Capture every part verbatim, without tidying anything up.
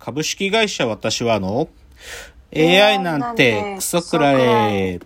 株式会社私はの エーアイ なんてクソくらえ。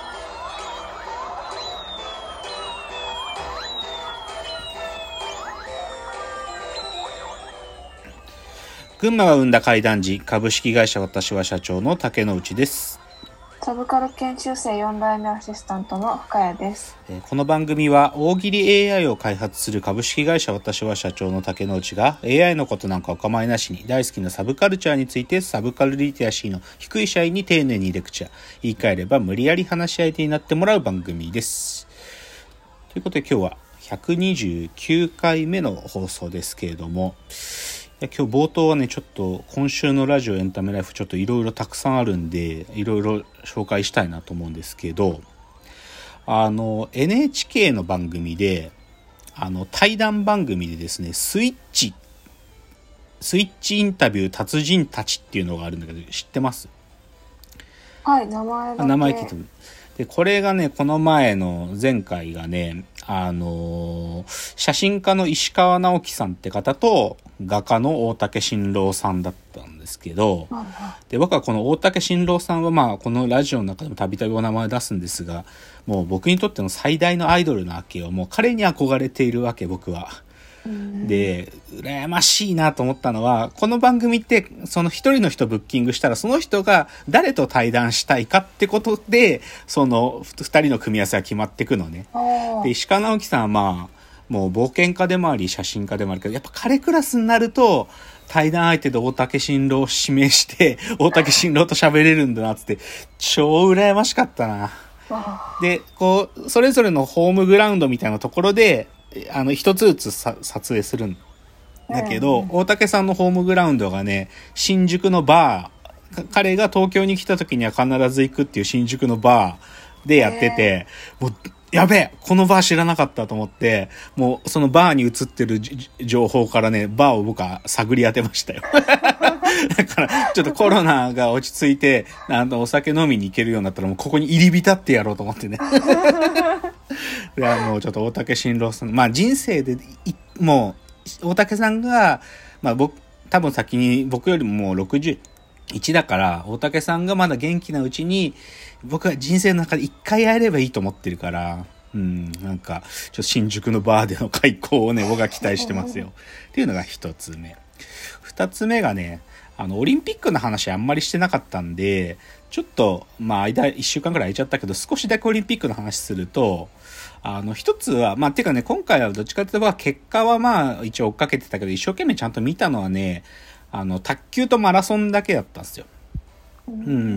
群馬が生んだ怪談時、株式会社私は社長の竹之内です。 サブカル研修生よん代目アシスタントの深谷です。 この番組は大喜利 エーアイ を開発する株式会社私は社長の竹之内が エーアイ のことなんかお構いなしに大好きなサブカルチャーについてサブカルリテラシーの低い社員に丁寧にレクチャー、言い換えれば無理やり話し相手になってもらう番組です。ということで今日はひゃくにじゅうきゅうかいめの放送ですけれども、いや今日冒頭はねちょっと今週のラジオエンタメライフちょっといろいろたくさんあるんでいろいろ紹介したいなと思うんですけど、あの エヌエイチケー の番組であの対談番組でですねスイッチスイッチインタビュー達人たちっていうのがあるんだけど知ってます？ はい、名前だけ名前聞いてる。でこれがねこの前の前回がねあのー、写真家の石川直樹さんって方と画家の大竹伸郎さんだったんですけど、で僕はこの大竹伸郎さんはまあこのラジオの中でもたびたびお名前を出すんですが、もう僕にとっての最大のアイドルなわけよ。もう彼に憧れているわけ僕は。で羨ましいなと思ったのは、この番組ってその一人の人ブッキングしたらその人が誰と対談したいかってことでその二人の組み合わせが決まっていくのね。で石川直樹さんはまあもう冒険家でもあり写真家でもあるけど、やっぱ彼クラスになると対談相手で大竹伸郎を指名して大竹伸郎と喋れるんだなっつって超羨ましかったな。でこうそれぞれのホームグラウンドみたいなところであの一つずつさ撮影するんだけど、うん、大竹さんのホームグラウンドがね新宿のバー、彼が東京に来た時には必ず行くっていう新宿のバーでやってて、もうやべえこのバー知らなかったと思って、もうそのバーに映ってる情報からねバーを僕は探り当てましたよだからちょっとコロナが落ち着いてあのお酒飲みに行けるようになったらもうここに入り浸ってやろうと思ってねいやもうちょっと大竹伸郎さん、まあ人生でもう大竹さんがまあ僕多分先に僕よりももうろくじゅういちだから大竹さんがまだ元気なうちに僕は人生の中で一回やればいいと思ってるから、うんなんかちょっと新宿のバーでの開講をね僕は期待してますよっていうのが一つ目。二つ目がねあのオリンピックの話あんまりしてなかったんでちょっとまあ間一週間くらい空いちゃったけど少しだけオリンピックの話すると、あの一つはまあてかね今回はどっちかというと結果はまあ一応追っかけてたけど一生懸命ちゃんと見たのはねあの卓球とマラソンだけだったんですよ。うん、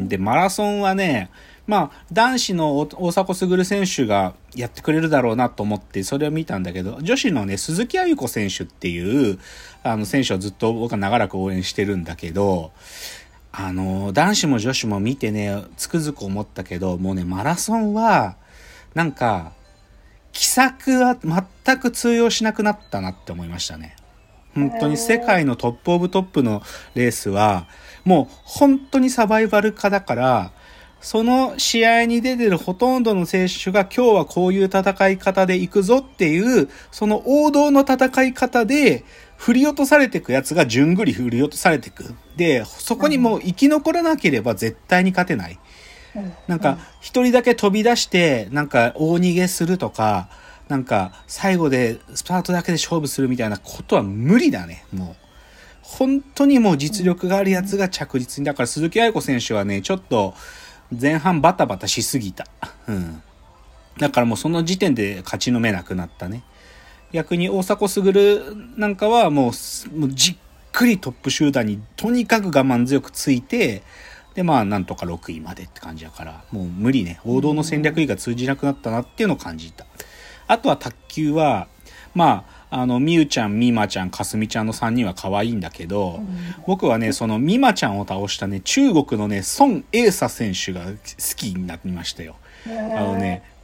でマラソンはねまあ男子の大迫傑選手がやってくれるだろうなと思ってそれを見たんだけど、女子のね鈴木亜由子選手っていうあの選手をずっと僕は長らく応援してるんだけど、あの男子も女子も見てねつくづく思ったけど、もうねマラソンはなんか奇策は全く通用しなくなったなって思いましたね。本当に世界のトップオブトップのレースはもう本当にサバイバル化だから、その試合に出てるほとんどの選手が今日はこういう戦い方で行くぞっていうその王道の戦い方で振り落とされていくやつが順繰り振り落とされていく。でそこにもう生き残らなければ絶対に勝てない。なんか一人だけ飛び出してなんか大逃げするとかなんか最後でスパートだけで勝負するみたいなことは無理だね。もう本当にもう実力があるやつが着実に、だから鈴木亜由子選手はねちょっと前半バタバタしすぎた。うん。だからもうその時点で勝ち飲めなくなったね。逆に大迫傑なんかはもう、もうじっくりトップ集団にとにかく我慢強くついて、でまあなんとかろくいまでって感じだから、もう無理ね。王道の戦略が通じなくなったなっていうのを感じた。あとは卓球は、まあ、あの、みゆちゃん、みまちゃん、かすみちゃんのさんにんは可愛いんだけど、うん、僕はね、そのみまちゃんを倒したね、中国のね、孫英莎選手が好きになりましたよ。あのね、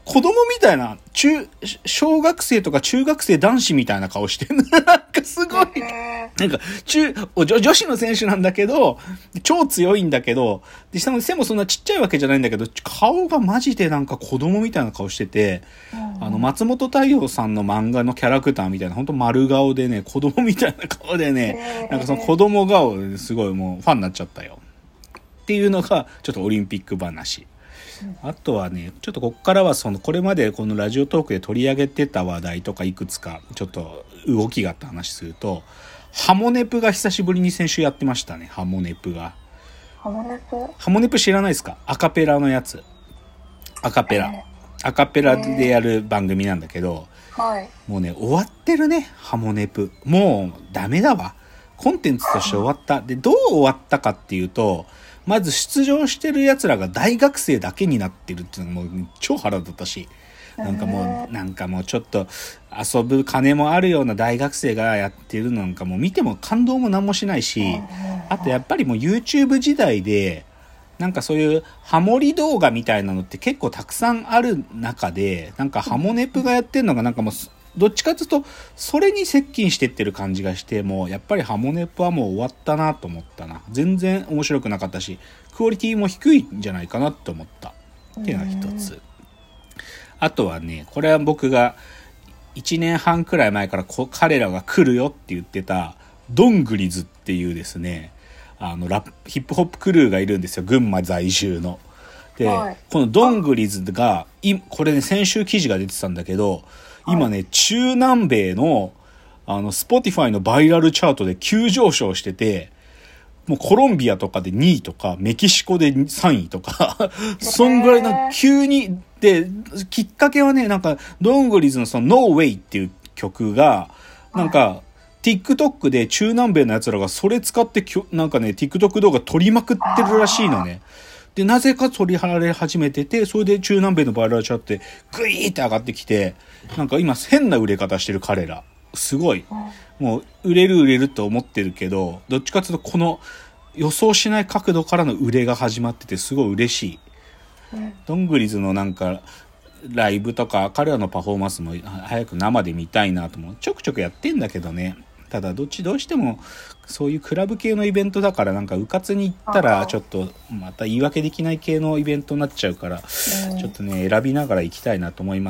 子供みたいな、中、小学生とか中学生男子みたいな顔してる。なんかすごい。なんか、中、女、女子の選手なんだけど、超強いんだけど、で、下の背もそんなちっちゃいわけじゃないんだけど、顔がマジでなんか子供みたいな顔してて、あの、松本太陽さんの漫画のキャラクターみたいな、ほんと丸顔でね、子供みたいな顔でね、なんかその子供顔ですごいもうファンになっちゃったよ。っていうのが、ちょっとオリンピック話。あとはね、ちょっとこっからはそのこれまでこのラジオトークで取り上げてた話題とかいくつかちょっと動きがあった話すると、ハモネプが久しぶりに先週やってましたね。ハモネプが。 ハモネプ？ ハモネプ知らないですか？アカペラのやつ。アカペラ。えー、アカペラでやる番組なんだけど、 えー、はい、 もうね終わってるね。ハモネプもうダメだわ。コンテンツとして終わった。でどう終わったかっていうと、まず出場してる奴らが大学生だけになってるっていうのも超腹立ったし、なんかもう、なんかもうちょっと遊ぶ金もあるような大学生がやってるのなんかもう見ても感動もなんもしないし、あとやっぱりもう YouTube 時代で、なんかそういうハモリ動画みたいなのって結構たくさんある中で、なんかハモネプがやってるのがなんかもう、どっちかというとそれに接近してってる感じがして、もうやっぱりハモネプはもう終わったなと思ったな。全然面白くなかったし、クオリティも低いんじゃないかなと思ったっていうのが一つ。あとはね、これは僕がいちねんはんくらい前からこ彼らが来るよって言ってたドングリズっていうですね、あのラップヒップホップクルーがいるんですよ、群馬在住の。で、はい、このドングリズがいこれね先週記事が出てたんだけど、今ね、中南米の、あの、Spotify のバイラルチャートで急上昇してて、もうコロンビアとかでにいとか、メキシコでさんいとか、そんぐらいな、急に、で、きっかけはね、なんか、ドングリズのその No Way っていう曲が、なんか、TikTok で中南米の奴らがそれ使って、なんかね、TikTok 動画撮りまくってるらしいのね。で、なぜか取り払われ始めてて、それで中南米のバイラルチャートってグイーって上がってきて、なんか今変な売れ方してる彼ら。すごい。もう売れる売れると思ってるけど、どっちかというとこの予想しない角度からの売れが始まっててすごい嬉しい。ドングリズのなんかライブとか彼らのパフォーマンスも早く生で見たいなと思う。ちょくちょくやってんだけどね。ただどっちどうしてもそういうクラブ系のイベントだから、なんかうかつに行ったらちょっとまた言い訳できない系のイベントになっちゃうから、ちょっとね選びながら行きたいなと思います。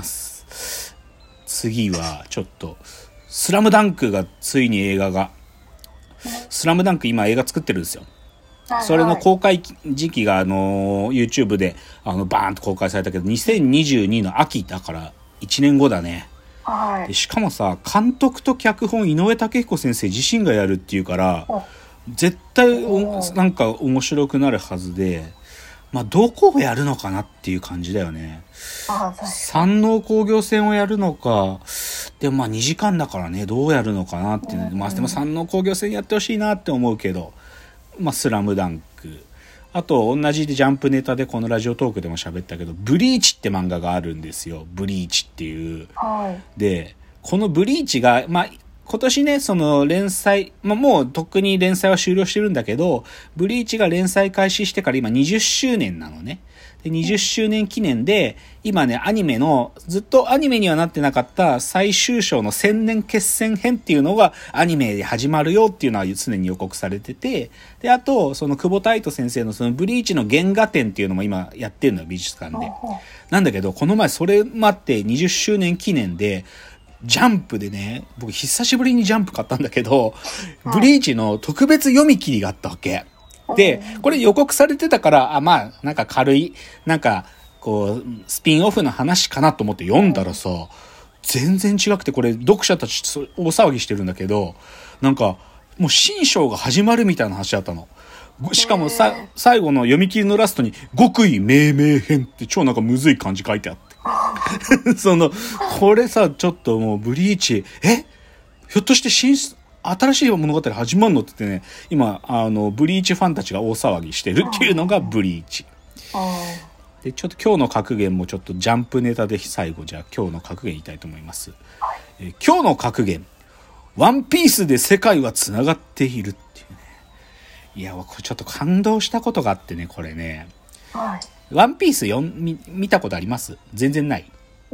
次はちょっとスラムダンクがついに映画がスラムダンク今映画作ってるんですよ。それの公開時期があの YouTube であのバーンと公開されたけど、にせんにじゅうにの秋だからいちねんごだね。 はい、 でしかもさ、監督と脚本井上武彦先生自身がやるっていうから絶対なんか面白くなるはずで、まあどこをやるのかなっていう感じだよね。山王工業戦をやるのか、でもまあにじかんだからね、どうやるのかなって、まあでも山王工業戦やってほしいなって思うけど、まあスラムダンク、あと同じジャンプネタでこのラジオトークでも喋ったけど、ブリーチって漫画があるんですよ。ブリーチっていう、 はい、 でこのブリーチがまあ今年ね、その連載、まあ、もうとっくに連載は終了してるんだけど、ブリーチが連載開始してから今にじゅっしゅうねんなのね。でにじゅっしゅうねん記念で今ね、アニメのずっとアニメにはなってなかった最終章の千年決戦編っていうのがアニメで始まるよっていうのは常に予告されてて、であとその久保太斗先生のそのブリーチの原画展っていうのも今やってるのよ、美術館で。なんだけどこの前それ待ってにじゅっしゅうねん記念でジャンプでね、僕久しぶりにジャンプ買ったんだけど、ブリーチの特別読み切りがあったわけ。で、これ予告されてたから、あ、まあ、なんか軽い、なんか、こう、スピンオフの話かなと思って読んだらさ、全然違くて、これ読者たち大騒ぎしてるんだけど、なんか、もう新章が始まるみたいな話だったの。しかもさ、最後の読み切りのラストに、極意命名編って超なんかむずい漢字書いてあって。その、これさ、ちょっともうブリーチ、えひょっとして新、新しい物語始まるのって言ってね、今、あの、ブリーチファンたちが大騒ぎしてるっていうのがブリーチ。で、ちょっと今日の格言もちょっとジャンプネタで最後、じゃあ今日の格言言いたいと思います。えー、今日の格言、ワンピースで世界はつながっているっていうね。いや、これちょっと感動したことがあってね、これね。ワンピース読み見たことあります？全然ない。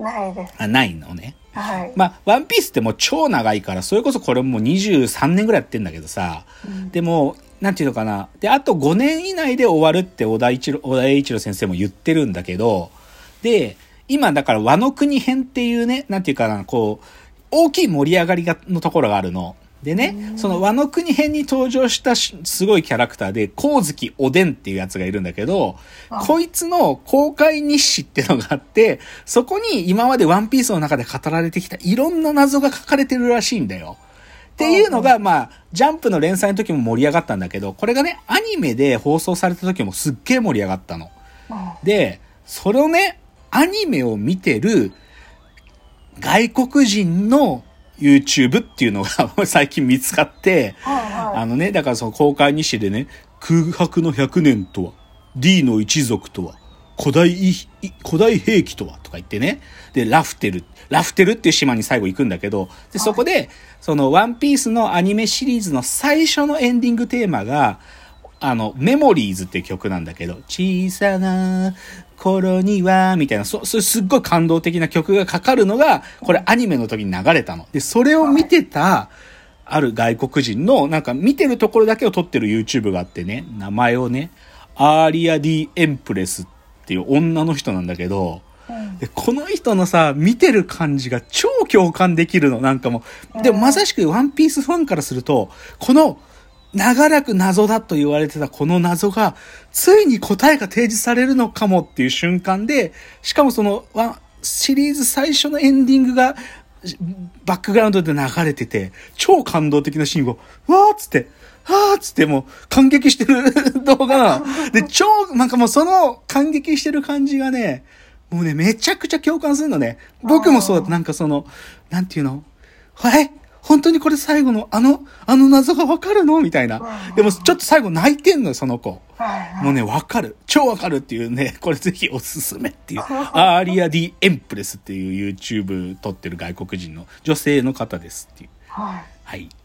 ないです。 あ、ないのね。 はい。 まあ、ワンピースってもう超長いから、それこそこれもうにじゅうさんねんぐらいやってんだけどさ、うん、でも、なんていうのかな。で、あとごねん以内で終わるって小田一郎、小田栄一郎先生も言ってるんだけど、で、今だから和の国編っていうね、なんていうかな、こう、大きい盛り上がりがのところがあるの。でね、その和の国編に登場したすごいキャラクターで、光月おでんっていうやつがいるんだけど、こいつの公開日誌ってのがあって、そこに今までワンピースの中で語られてきたいろんな謎が書かれてるらしいんだよ。っていうのが、まあ、ジャンプの連載の時も盛り上がったんだけど、これがね、アニメで放送された時もすっげえ盛り上がったの。で、それをね、アニメを見てる外国人のYouTube っていうのが最近見つかって、はいはい、あのね、だからその公開日誌でね、空白のひゃくねんとは、D の一族とは、古代、古代兵器とはとか言ってね、で、ラフテル、ラフテルっていう島に最後行くんだけど、で、そこで、そのワンピースのアニメシリーズの最初のエンディングテーマが、あの、メモリーズっていう曲なんだけど、小さな頃には、みたいな、そ、それすっごい感動的な曲がかかるのが、これアニメの時に流れたの。で、それを見てた、ある外国人の、なんか見てるところだけを撮ってる YouTube があってね、名前をね、アーリア・ディ・エンプレスっていう女の人なんだけど、でこの人のさ、見てる感じが超共感できるの、なんかもう。でもまさしくワンピースファンからすると、この、長らく謎だと言われてたこの謎が、ついに答えが提示されるのかもっていう瞬間で、しかもその、シリーズ最初のエンディングが、バックグラウンドで流れてて、超感動的なシーンを、わーっつって、はーっつってもう感激してる動画なの。で、超、なんかもうその感激してる感じがね、もうね、めちゃくちゃ共感するのね。僕もそうだった。なんかその、なんていうの？はい本当にこれ最後のあの、あの謎がわかるのみたいな。でもちょっと最後泣いてんのよ、その子。もうね、わかる。超わかるっていうね、これぜひおすすめっていう。アーリア・ディ・エンプレスっていう YouTube 撮ってる外国人の女性の方ですっていう。はい。